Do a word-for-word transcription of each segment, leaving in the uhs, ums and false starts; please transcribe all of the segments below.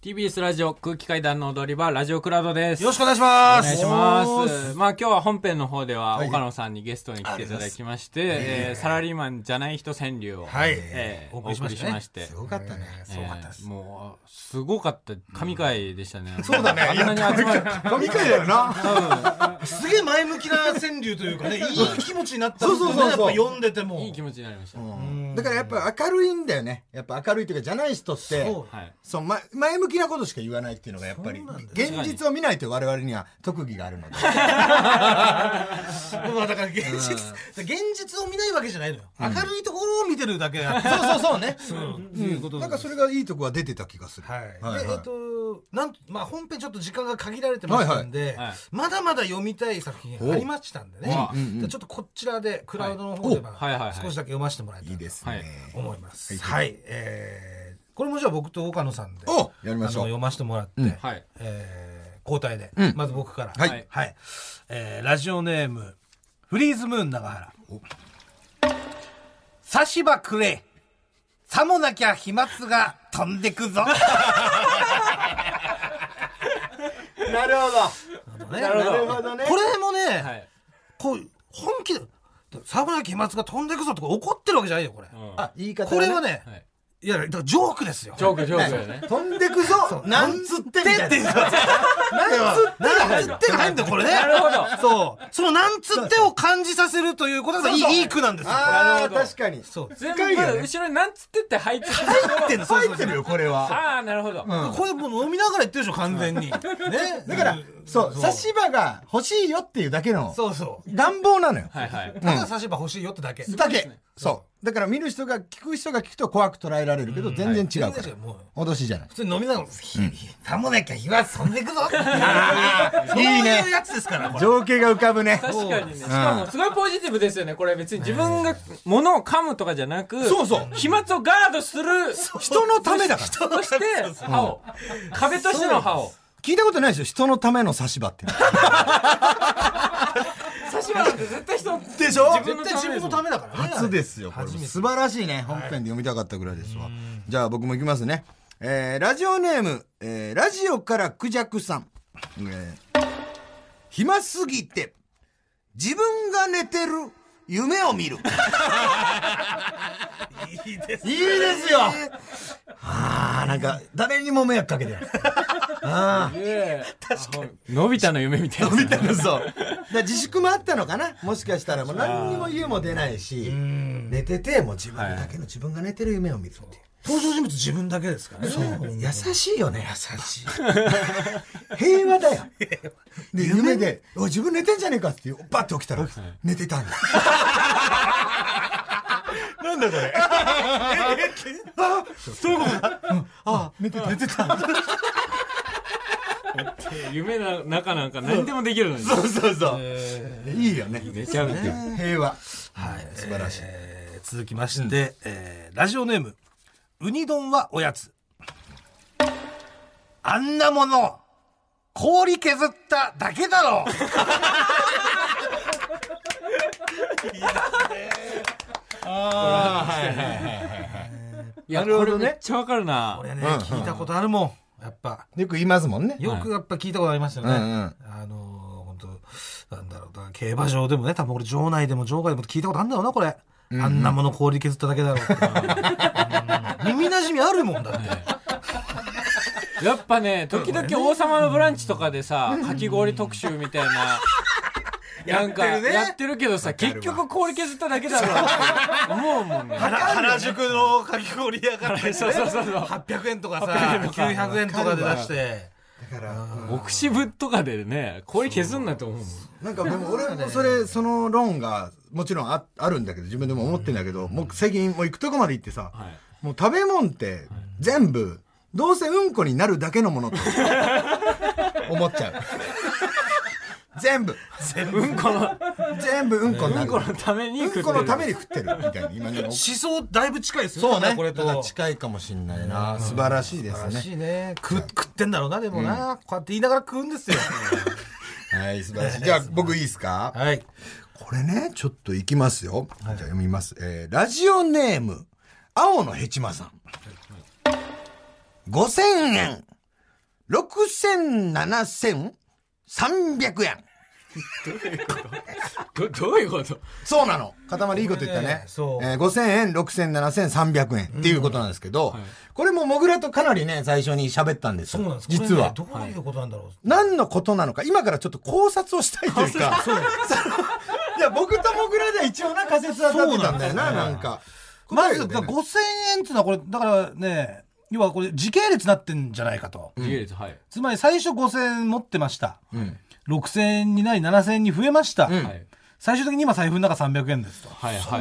ティービーエス ラジオ空気階段の踊り場ラジオクラウドです。 よろしくお願いします。 お願いします。まあ今日は本編の方では岡野さんにゲストに来ていただきまして、はいえー、サラリーマンじゃない人川柳を、 はいえー、お送りしまして、まして、 すごかったね。 えー、すごかったです。もうすごかった神回でしたね。 うん、そうだね。 あんなに集まる神回だよな。すげえ前向きな川柳というかね、いい気持ちになったんですよね。やっぱ読んでてもいい気持ちになりました。うんだからやっぱ明るいんだよね。やっぱ明るいというかじゃない人って、そう、はい、そうま前向きなことしか言わないっていうのがやっぱり現実を見ないと我々には特技があるので。まあだから現実、現実を見ないわけじゃないのよ。明るいところを見てるだけだ。そうそうそうね。そういうこと。なんかそれがいいとこは出てた気がする。はい。でえっとなんまあ本編ちょっと時間が限られてましたんで、まだまだ読みたい作品ありましたんでね。ちょっとこちらでクラウドの方で少しだけ読ませてもらいたいと思います。はい。えーこれもじゃあ僕と岡野さんでやりましょう。 読ませてもらって、うんはいえー、交代で、うん、まず僕から、はいはいえー、ラジオネームフリーズムーン長原。差し歯くれさもなきゃ飛沫が飛んでくぞ。なるほど、 ね、なるほどね。これもね、はい、こう本気でさもなきゃ飛沫が飛んでくぞとか怒ってるわけじゃないよこれ、うん、あ言い方、ね、これはね、はいいや、だからジョークですよ。 ジョーク、ジョークだよね。 飛んでくぞなんつってみたいな。なんつってなんつってが入んだよ、これね。 なるほど。 そう。そのなんつってを感じさせるということがいい、いい句なんですよ。 ああ、確かに。 そう。全部、後ろになんつってって入ってる。 入ってる、入ってるよ、これは。 ああ、なるほど。 これもう飲みながら言ってるでしょ、完全に。ね。 だから、そう、差し歯が欲しいよっていうだけの。 そうそう。 願望なのよ。 はいはい。 ただ差し歯欲しいよってだけ。 だけ。そう。だから見る人が聞く人が聞くと怖く捉えられるけど全然違うから、脅しじゃない。 普通に飲みながらさもなきゃ火は飛んでくぞ。 いいね。 そういうやつですから。 情景が浮かぶね。 確かにね。しかもすごいポジティブですよね。これ別に自分が物を噛むとかじゃなく、 そうそう。 飛沫をガードする人のためだから。 人として歯を壁としての歯を聞いたことないですよ。人のための差し歯って。 差し歯なんて絶対人でしょ。 絶対自分のためだからね。 初ですよ。これ素晴らしいね。本編で読みたかったぐらいですわ。じゃあ僕も行きますね。えー、ラジオネーム、えー、ラジオからクジャクさん。えー、暇すぎて自分が寝てる夢を見る。 いいですいいですよ。ああ、なんか誰にも迷惑かけてない。 ああ、確かに。のび太の夢みたいな。 のび太のそう。だ自粛もあったのかな。もしかしたらもう何にも家も出ないし、寝ててもう自分だけの自分が寝てる夢を見るっていう。 登場人物自分だけですからね。 そう。優しいよね。優しい。平和だよ。で夢でお自分寝てんじゃねえかってバッと起きたら寝てたんだ。 なんだこれ。 あ、そういうこと。あ、寝てた寝てた。 夢の中なんか何でもできるのに。 そうそうそう。いいよね。 寝ちゃうっていう。 平和。 はい。 素晴らしい。 続きまして、ラジオネームウニ丼はおやつ。あんなもの氷削っただけだろう。いいですね。 ああ、はいはいはいはい。いや、これめっちゃわかるな。 これね、聞いたことあるもん。やっぱよく言いますもんね。 よくやっぱ聞いたことありましたよね。あの本当なんだろう、競馬場でもね、多分俺場内でも場外でも聞いたことあるんだろうなこれ。あんなもの氷削っただけだろうって。耳なじみあるもんだって。 やっぱね、時々王様のブランチとかでさ、かき氷特集みたいな。なんかやってるけどさ、結局氷削っただけだろうって思うもんね。 原宿のかき氷屋からね、 そうそうそうそう、 はっぴゃくえんとかさきゅうひゃくえんとかで出して、 だから奥渋とかでね氷削んなと思うもん。 なんかでも俺もそれその論がもちろん あ, あるんだけど自分でも思ってんだけど、もう最近もう行くとこまで行ってさ、はい、もう食べ物って全部どうせうんこになるだけのものって思っちゃう。全部全部うんこの全部うんこになる。 うんこのために食ってる。 うんこのために食ってるみたいな今の思想だいぶ近いですよね。 そうね。 これとだから近いかもしれないな。素晴らしいですね。 素晴らしいね。食ってんだろうなでもな、うん、こうやって言いながら食うんですよ。 はい素晴らしい。じゃあ僕いいですか。 はい。 これねちょっといきますよ。じゃあ読みます。えー、ラジオネーム青のヘチマさん。ごせんえんろくせんななせんさんびゃくえん。 ど, どういうことそうなの。塊いいこと言ったね。そう。えー、ごせんえん、ろくせんななせんさんびゃくえんっていうことなんですけど、うんはい、これももぐらとかなりね、最初に喋ったんですよ。そうなんです。実は、ね。 どういうことなんだろう。 何のことなのか、今からちょっと考察をしたいというか、そういや、僕ともぐらで一応な仮説は立ってたんだよな、なんか。 まず、ごせんえんっていうのはこれ、だからね、要はこれ時系列になってんじゃないかと。 時系列、はい。 つまり最初ごせんえん持ってました。うん、ろくせんえんになりななせんえんに増えました。うん、最終的に今財布の中さんびゃくえんですと。 はいはいはい。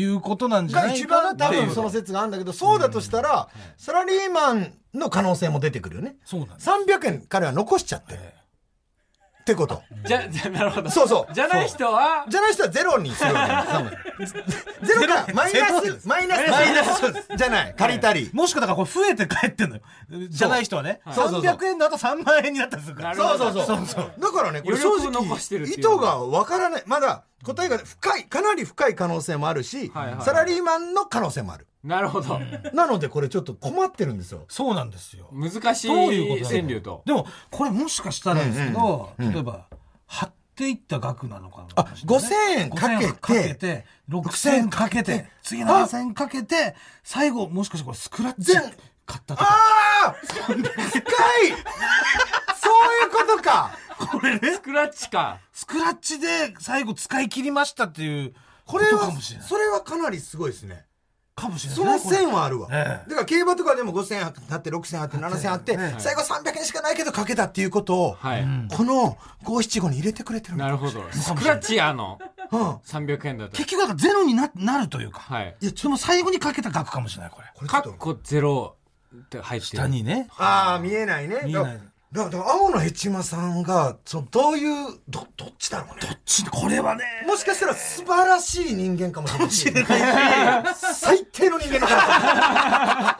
いうことなんじゃないかなっていう。 が一番多分その説があるんだけど、そうだとしたら、うん、サラリーマンの可能性も出てくるよね。そうなんです。さんびゃくえん彼は残しちゃってる。えーってこと。 じゃ、じゃ、なるほど。 そうそう。 じゃない人はじゃない人はゼロにするわけです。ゼロか、マイナス、マイナス、マイナスじゃない。借りたり。 もしくはだからこれ増えて帰ってんのよ。じゃない人はね。さんびゃくえんの後さんまんえんになったりするから。 そうそうそう。だからね、これ正直、意図がわからない。まだ答えが深い、かなり深い可能性もあるし、サラリーマンの可能性もある。 なるほど。 なのでこれちょっと困ってるんですよ。 そうなんですよ。 難しい川柳と。 でも、これもしかしたらですけど、例えば、張っていった額なのかな、 ね、あ、ごせんえんかけて、 かけて、ろくせんえんかけて、次ななせんえんかけて、最後、もしかしてこれスクラッチ買ったとか。 ああ深いそういうことかこれね。 スクラッチか。 スクラッチで最後使い切りましたっていうこれは、それはかなりすごいですね。 かもしれない。 その線はあるわ。ええ、だから競馬とかでもごせんえんあって、ろくせんえんあって、ななせんえんあって、ええ、最後さんびゃくえんしかないけどかけたっていうことを、はい、このご七五に入れてくれてる。 なるほど。スクラッチあの、うん、さんびゃくえんだと。 結局だからゼロに な, なるというか。はい。いや、でも最後にかけた額かもしれない、これ。これカッコゼロって入ってる。 下にね。 ああ、見えないね。見えない。だから、青野ヘチマさんが、その、どういう、ど、どっちだろうね。 どっち、これはね。 もしかしたら素晴らしい人間かもしれない。最低の人間だから。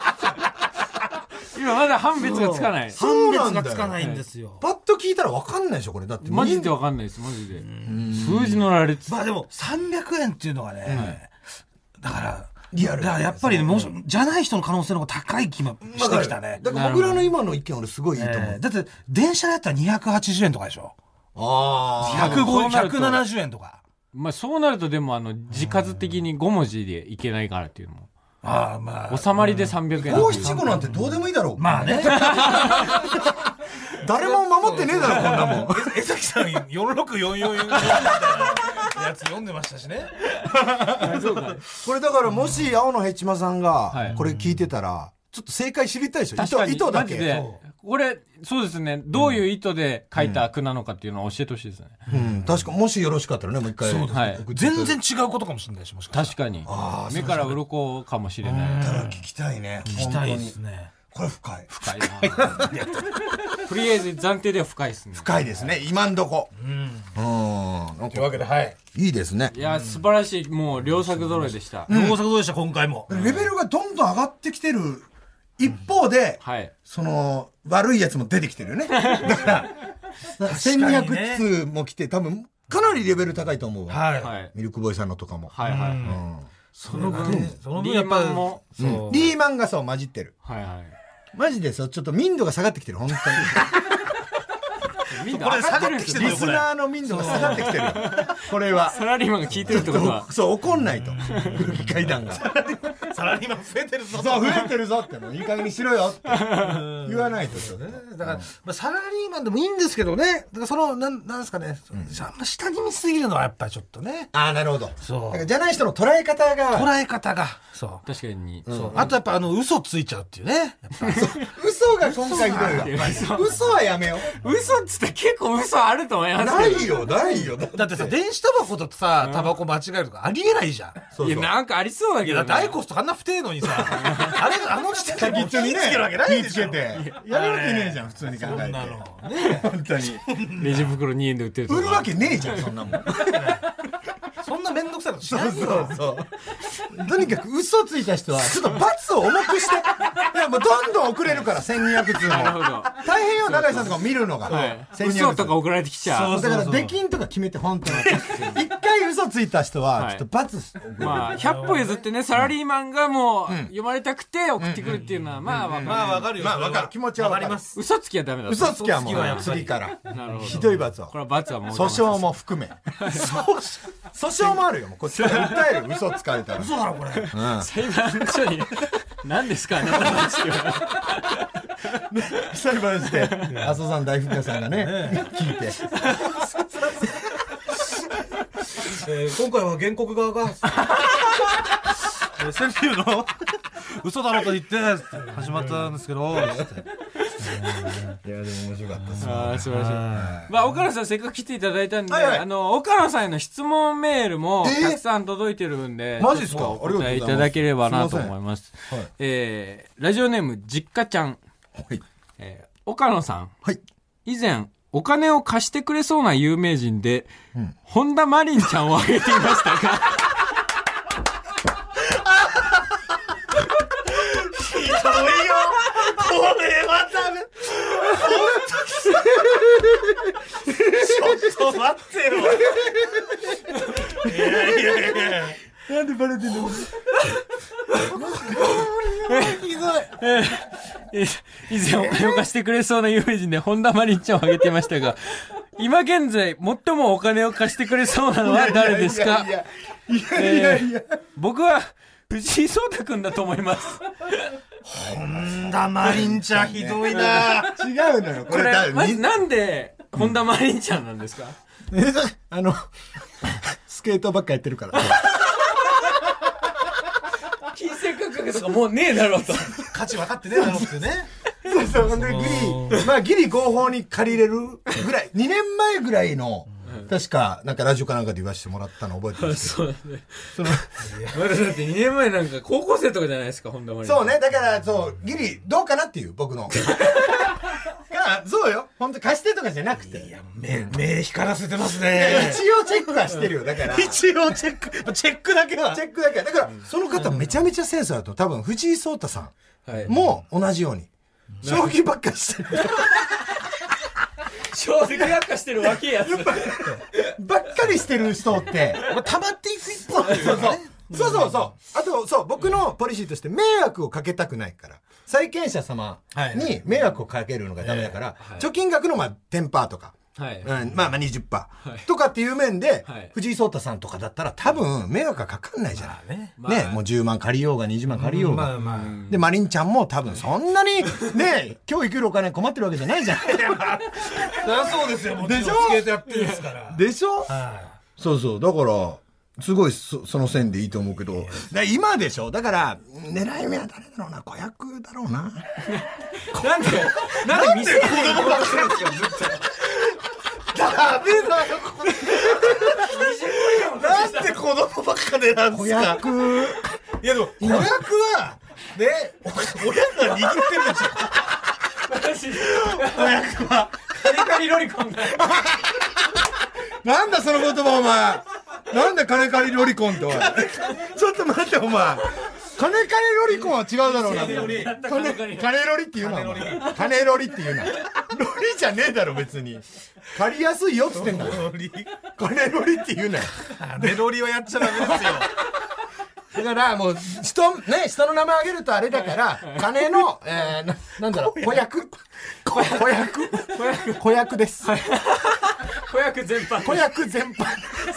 今まだ判別がつかない。 判別がつかないんですよ。 パッと聞いたら分かんないでしょ、これ。だって。 マジで分かんないです、マジで。数字の羅列。 まあでも、さんびゃくえんっていうのがね、だから、リアルだからやっぱりね、もしじゃない人の可能性の方が高い気もしてきたね。 だから僕らの今の意見俺すごいいいと思う。 えー、だって電車だったらにひゃくはちじゅうえんとかでしょ。ああ。ひゃくごじゅう、ひゃくななじゅうえんとか。 まあそうなるとでもあの字数的にごもじでいけないからっていうのも。ああまあ。収まりでさんびゃくえん。 五七五なんてどうでもいいだろう。 まあね。 誰も守ってねえだろこんなもん。 江崎さんよんろくよんよんみたいなやつ読んでましたしね。 これだからもし青野ヘチマさんがこれ聞いてたらちょっと正解知りたいでしょ。確かに意図だけ。 これそうですね。どういう意図で書いた句なのかっていうのを教えてほしいですね。 うん、確かもしよろしかったらねもう一回。 はい。全然違うことかもしれないしもしかしたら。確かに。目から鱗かもしれない。 ただ聞きたいね。 聞きたいですね。 これ深い。 深いな。とりあえず暫定では深いですね。 深いですね。今んとこ。うん。 うん。というわけで、はい。 いいですね。 いや、素晴らしい。もう、良作揃いでした。 良作揃いでした、今回も。 レベルがどんどん上がってきてる一方で、はい。その、悪いやつも出てきてるよね。だから、せんにひゃくつも来て、多分、かなりレベル高いと思うわ。はい。ミルクボーイさんのとかも。はいはい。 その分、その分やっぱり、 リーマンがそう混じってる。はいはい。マジでそう、ちょっと民度が下がってきてる、本当に。これ下がってきてる。リスナーの民度が下がってきてる。これは。 サラリーマンが聞いてるってことは。 そう、怒んないと。空気階段が。 サラリーマン増えてるぞ。 そう、増えてるぞって、もういい加減にしろよって言わないとね。 だから、まあ、サラリーマンでもいいんですけどね。だからその、なん、なんですかね。あんま下に見すぎるのはやっぱりちょっとね。 ああ、なるほど。そう。だからじゃない人の捉え方が。 捉え方が。そう。 確かに。 そう。あとやっぱあの、嘘ついちゃうっていうね。 嘘が今回ひどいわ。嘘はやめよう。嘘っつって結構嘘あると思いますけど。 ないよ、ないよ。 だってさ、電子タバコとさ、タバコ間違えるとかありえないじゃん。 いや、なんかありそうだけど。 だってアイコスとかあんな不定のにさ、あれ、あの時点で一緒にね、 つけるわけないでしょ。 気つけて。やるわけねえじゃん、普通に考えて。そんなの。ね本当に。 レジ袋にえんで売ってると売るわけねえじゃん、そんなもん。 そんな面倒くさいことしないよ。 そうそうそうとにかく嘘ついた人はちょっと罰を重くしていやもうどんどん遅れるからせんにひゃくつうもなるほど大変よ永井さんとか見るのが、 はい、 せんにひゃく嘘とか送られてきちゃう。 だから出禁とか決めて本当に一回嘘ついた人はちょっと罰して、はい、 まあひゃっぽ譲ってねサラリーマンがもう読まれたくて送ってくるっていうのはまあわかる、 まあわかるよ。 まあわかる気持ちはわかります。 嘘つきはダメだ。 嘘つきはもう次からひどい罰を。 これは罰はもう訴訟も含め訴訟もあるよ。もうこっちから訴える嘘つかれたら嘘だろこれ、 うん、 裁判所に何ですかね裁判して阿蘇山大福家さんがね聞いてえー、今回は原告側が、えー、川柳の嘘だろと言って始まったんですけど、いやでも面白かったですね。 あ素晴らしい。まあ岡野さんせっかく来ていただいたんで、はいはい、あの岡野さんへの質問メールもたくさん届いてるんで、 えー、マジですか。 お答えいただければなと思います。すはい、えー、ラジオネーム実家ちゃん、はいえー、岡野さん、はい、以前お金を貸してくれそうな有名人で、うん、本田真凜ちゃんを挙げていましたか？ ひどいよこれはダメ。ちょっと待ってよ。いやいやいやなんでバレてんの？ ひどい。以前お金を貸してくれそうな有名人で本田真凜ちゃんを挙げていましたが、今現在最もお金を貸してくれそうなのは誰ですか？ いやいやいやいや、 えー、僕は藤井聡太くんだと思います。 本田真凜ちゃんひどいな。 違うのよこれ。 これまずなんで本田真凜ちゃんなんですか？ うん、あのスケートばっかやってるから金銭価格とかもうねえだろうと価値分かってねえだろうってね。 そうそう。でギリまあギリ合法に借りれるぐらいにねんまえぐらいの確かなんかラジオかなんかで言わせてもらったの覚えてますけど。そうね。そのまだだってにねんまえなんか高校生とかじゃないですか本田真凜。 そうね。だからそうギリどうかなっていう僕のがそうよ。本当貸してとかじゃなくて。いや目目光らせてますね。 一応チェックはしてるよ。だから一応チェックチェックだけはチェックだけはだからその方めちゃめちゃセンスあると多分藤井聡太さんも同じように将棋ばっかりしてる。 将棋ばっかしてるわけやつばっかりしてる人って溜まっていく一方ですよね。 そうそうそう。あとそう僕のポリシーとして迷惑をかけたくないから債権者様に迷惑をかけるのがダメだから、はい、貯金額のまあ じゅっパーセント とか、はいうん、まあまあ にじゅっパーセント、はい、とかっていう面で、はい、藤井聡太さんとかだったら多分迷惑がかかんないじゃない、まあねまあ、ねもうじゅうまん借りようがにじゅうまん借りようが、うんまあまあ、でマリンちゃんも多分そんなにね今日生きるお金困ってるわけじゃないじゃん。 そりゃそうですよ。もちろんスケートやってるんですからでしょ、はい、そうそうだからすごい そ, その線でいいと思うけどだ今でしょ。だから狙い目は誰だろうな。子役だろうな。 なんでなんで店に子供が来るんですかずっと。 ダメだよこれ。なんで子供ばっかでなんですか。 子役いやでも子役はね親が握ってるでしょ。子役はカリカリロリコンだ。 なんだその言葉お前。なんで金借りロリコンっておいちょっと待ってお前金借りロリコンは違うだろうな。金ロリって言うな。金ロリって言うな。ロリじゃねえだろ別に。借りやすいよっつってんだよ。金ロリって言うなよ。 金ロリはやっちゃダメですよ。 だからもう人ね人の名前あげるとあれだから金の、えー、な, なんだろう子役子役子役です。 子役全般子役全般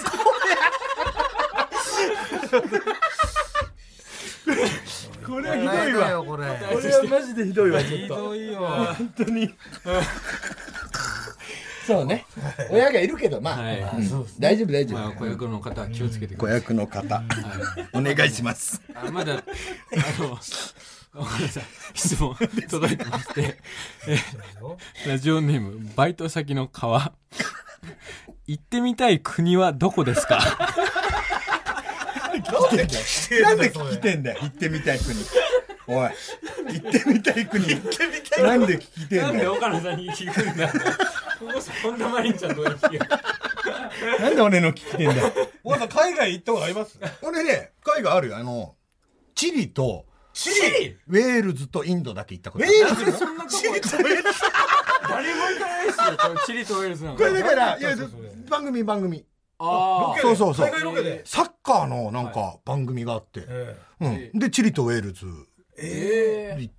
これはひどいわ。これこれはマジでひどいわ。ちょっとひどいよ本当に。そうね親がいるけどまあ、はいうん、大丈夫大丈夫、まあ、 子役の方は気をつけてください。子役の方、はい、お願いします。 あまだあのごめんなさい質問届いてましてえラジオネームバイト先の川行ってみたい国はどこですか。 なんで聞きてんだよ。行ってみたい国。おい行ってみたい国行ってみたいなんで聞きてんだよ。 なんで岡野さんに聞くんだ。ここ本田真凜ちゃんどうやって聞く。 なんで俺の聞きてんだよ。 おさん海外行ったことあります？ 俺ね、海外あるよ。あの、チリと、 チリウェールズとインドだけ行ったことある。ウェールズそんなとこチリとウェールズ誰も行かないですよ。チリとウェールズなんこれだから、いや、番組番組。 ああ、そうそうそう。 海外ロケで。 サッカーのなんか番組があって。うん。で、チリとウェールズ。ええ。行って。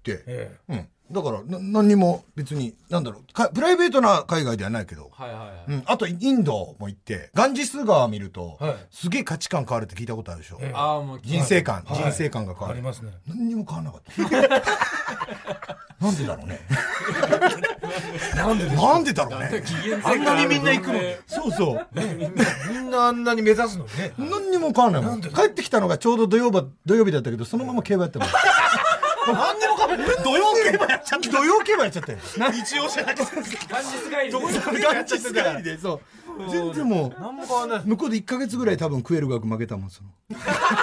うん。だから、な、何にも別に、なんだろう、か、プライベートな海外ではないけど。はいはいはい。うん。あと、インドも行って、ガンジス川見ると、はい、すげえ価値観変わるって聞いたことあるでしょ。ああ、もう。人生観、はい、人生観が変わる。ありますね。 何にも変わらなかった。なんでだろうね。なんでなんでだろうね。 あんなにみんな行くのに。 そうそう。 みんなあんなに目指すのにね。 何にも変わらないもん。帰ってきたのがちょうど土曜日、土曜日だったけど、そのまま競馬やってます。 何にもかも土曜競馬やっちゃった土曜競馬やっちゃったよ日曜じゃなくて元日帰りで元日帰りでそう全然もう何も変わんない向こうでいっかげつぐらい多分食える額負けたもんそのだ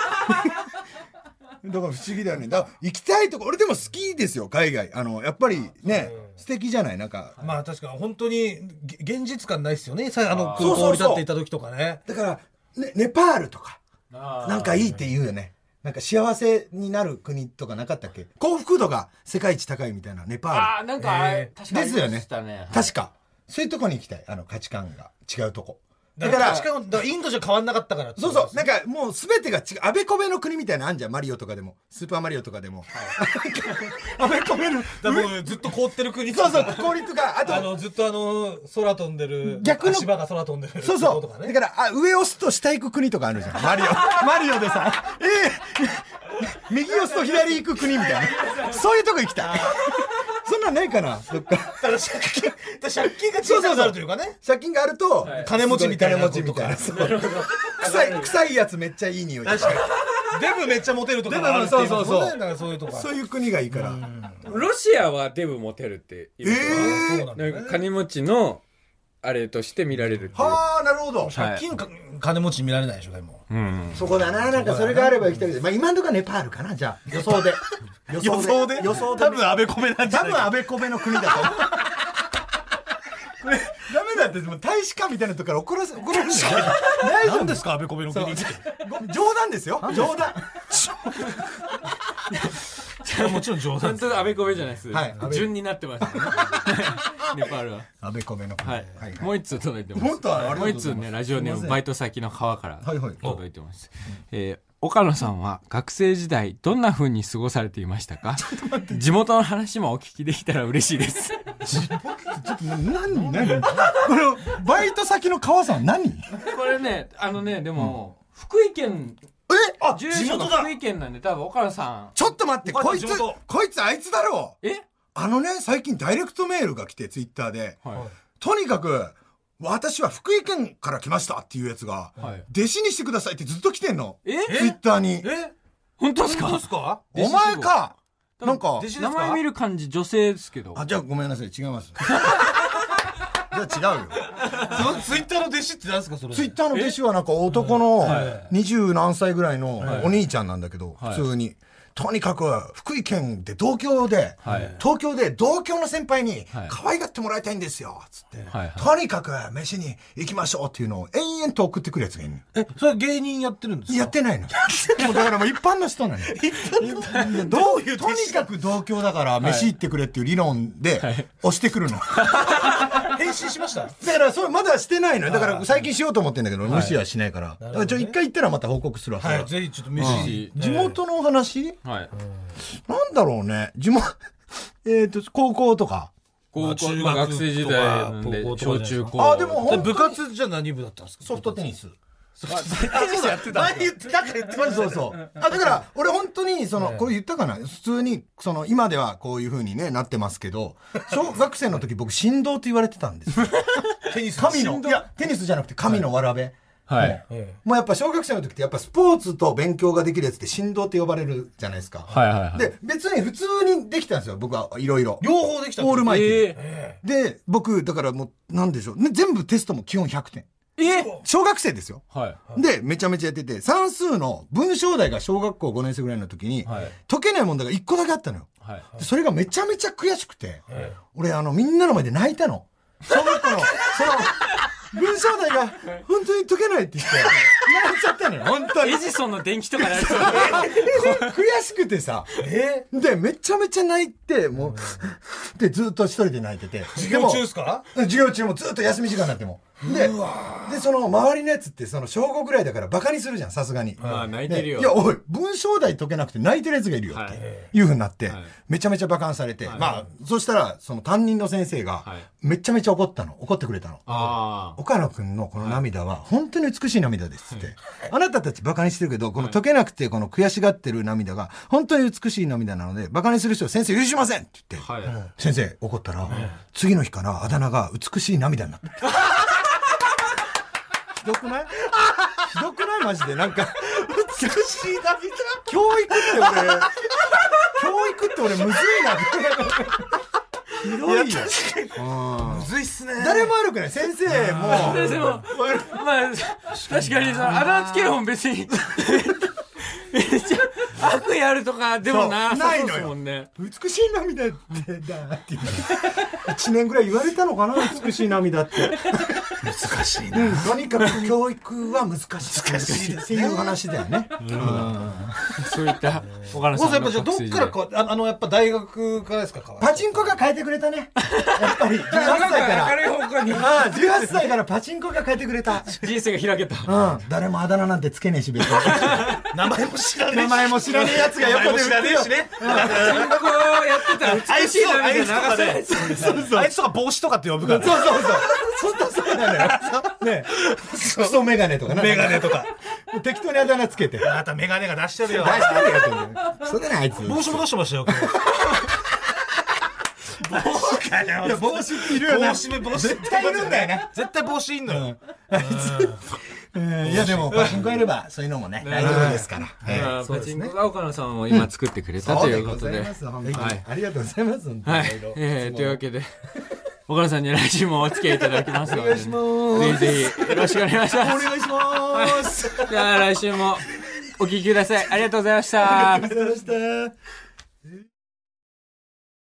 から不思議だよねだから行きたいとこ俺でも好きですよ海外あのやっぱりね素敵じゃないなんかまあ確か本当に現実感ないっすよねあの空港降り立っていた時とかねだからねネパールとかなんかいいって言うよねなんか幸せになる国とかなかったっけ幸福度が世界一高いみたいなネパールああなんか、えー、確かにですよね、はい、確かそういうとこに行きたいあの価値観が違うとこだから価値観だからインドじゃ変わんなかったからそうそうなんかもう全てが違うあべこべの国みたいなのあんじゃんマリオとかでもスーパーマリオとかでも、はい、あべこべのだもうずっと凍ってる国そうそう氷とかあとあのずっとあの空飛んでる逆の足場が空飛んでるそうそう、ね、だからあ上押すと下行く国とかあるじゃんマリオマリオでさえー、右押すと左行く国みたいなそういうとこ行きたいそんなんないかなどっかだから借金借金が小さくなるというかね借金があると、 はい、金持ちみたいな金持ちみたいな臭い臭いやつめっちゃいい匂い確かにデブめっちゃモテるとかもあるっていうそうそうそうだからそういうとこそういう国がいいからロシアはデブモテるって言うえー、なんか金持ちのあれとして見られるっていうはあなるほど借金か、はい、金持ち見られないでしょでも、 うん、そこだななんかそれがあれば行きたいけどまあ今のところネパールかなじゃあ予想で予想で予想で多分あべこべなんじゃない多分あべこべの国だと思うこれダメだってもう大使館みたいなとこから怒らせ怒られるんだよ大丈夫ですかあべこべの国って冗談ですよ冗談もちろん冗談本当あべこべじゃないです、はい、順になってますねネパールはあべこべの国、はいはい、もう一通届いてますもう一通ねラジオネームバイト先の川から届いてます、はいはいえー岡野さんは学生時代どんな風に過ごされていましたか地元の話もお聞きできたら嬉しいですちょっと何何これバイト先の川さん何これねあのねでも、うん、福井県えあ住所が福井県なんで多分岡野さんちょっと待ってこいつこいつあいつだろうえあのね最近ダイレクトメールが来てツイッターで、はい、とにかく私は福井県から来ましたっていうやつが、はい、弟子にしてくださいってずっと来てんの。えツイッターに。 え本当ですか？ 本当ですか？ お前かなんか、 名前見る感じ女性ですけど。 あ、じゃあごめんなさい。違います。じゃあ違うよ。 そのツイッターの弟子って何ですかそれ？ ツイッターの弟子はなんか男の二十何歳ぐらいのお兄ちゃんなんだけど、普通に。とにかく福井県で同郷で、はい、東京で同郷の先輩に可愛がってもらいたいんですよつって、はい、とにかく飯に行きましょうっていうのを延々と送ってくるやつがいる。 えそれ芸人やってるんですか？ やってないのもうだからもう一般の人なの一般のどういうとにかく同郷だから飯行ってくれっていう理論で押してくるの、 はい、返信しました？ だからそれまだしてないのよ。だから最近しようと思ってんだけど無視はしないから、はい、だからちょ一回行ったらまた報告するわ。 はい、ぜひちょっと飯、 うん、地元のお話、 はい、 なんだろうね地元えっと高校とか高校、まあ、学生時代なんで小中高あでも部活じゃ何部だったんですか？ ソフトテニスあそうだやってた前言ってたから言ってましたそうそうあだから俺本当にそのこれ言ったかな普通にその今ではこういう風にねなってますけど小学生の時僕神童って言われてたんですよテニス神のいやテニスじゃなくて神のわらべはい、もうやっぱ小学生の時ってやっぱスポーツと勉強ができるやつって神童って呼ばれるじゃないですか。 はいはいはい。 で別に普通にできたんですよ僕はいろいろ。 両方できた。 オールマイティ、えー、で僕だからもうなんでしょう、ね、全部テストも基本ひゃくてん。えー、小学生ですよ。はい。でめちゃめちゃやってて算数の文章題が小学校ごねん生ぐらいの時に、はい、解けない問題がいっこだけあったのよ。はい。それがめちゃめちゃ悔しくて、はい、俺あのみんなの前で泣いたの。小学校のその文章題が本当に解けないって言って泣いちゃったのよ本当に。 エジソンの電気とかなりそう悔しくてさ、えー、でめちゃめちゃ泣いてもうでずっと一人で泣いてて。 授業中ですか？ 授業中もずっと休み時間になってもででその周りのやつってその小ごぐらいだからバカにするじゃんさすがに。 まあ泣いてるよ。 いやおい文章題解けなくて泣いてるやつがいるよっていうふうになって、はい、めちゃめちゃバカにされて、はい、まあそしたらその担任の先生がめちゃめちゃ怒ったの怒ってくれたの。あ岡野くんのこの涙は本当に美しい涙ですって、はい、あなたたちバカにしてるけどこの解けなくてこの悔しがってる涙が本当に美しい涙なのでバカにする人は先生許しませんって言って、はい、先生怒ったら、はい、次の日からあだ名が美しい涙になったひどくないひどくないマジでなんか美しい涙教育って俺教育って俺むずいなひどいよ。 むずいっすね。 誰も悪くない先生も先生もまあ確かにそのあだ名つける本別にめっちゃ悪意あるとかでもなないのよ、ね、美しい涙ってだっていちねんぐらい言われたのかな美しい涙って難しいな、 うん、とにかく教育は難しい難しいですねっていう話だよね、うん、 そういった岡野さんのやっぱじゃあどっからこうあのやっぱ大学からですかパチンコが変えてくれたねやっぱりじゅうはっさいから明るい方向にああじゅうはっさいからパチンコが変えてくれた人生が開けた、 うん、誰もあだ名なんてつけねえし別に名前も知らねえし名前も知らねえやつが横で売ってるよしね。 パチンコやってたら美しい涙流さない。 そうそう。あいつとか帽子とかって呼ぶから。 そうそうそう。本当そうなのよ。ね。クソメガネとかな。 メガネとか。 適当にあだ名つけて。 またメガネが出してるよ。 出してるよ。クソだなあいつ。 帽子も出してましたよ。帽子かよ。 いや帽子っているよね。 帽子も帽子絶対いるんだよね。 絶対帽子いんのよ。 あいつ。いやでもパチンコやればそういうのもね大丈夫ですから。 パチンコが岡野さんを今作ってくれたということで、 ありがとうございます。 はい。というわけで岡野さんに来週もお付き合いいただきますので、ぜひぜひよろしくお願いします。 お願いします。 じゃあ来週もお聞きください。ありがとうございました。 ありがとうございました。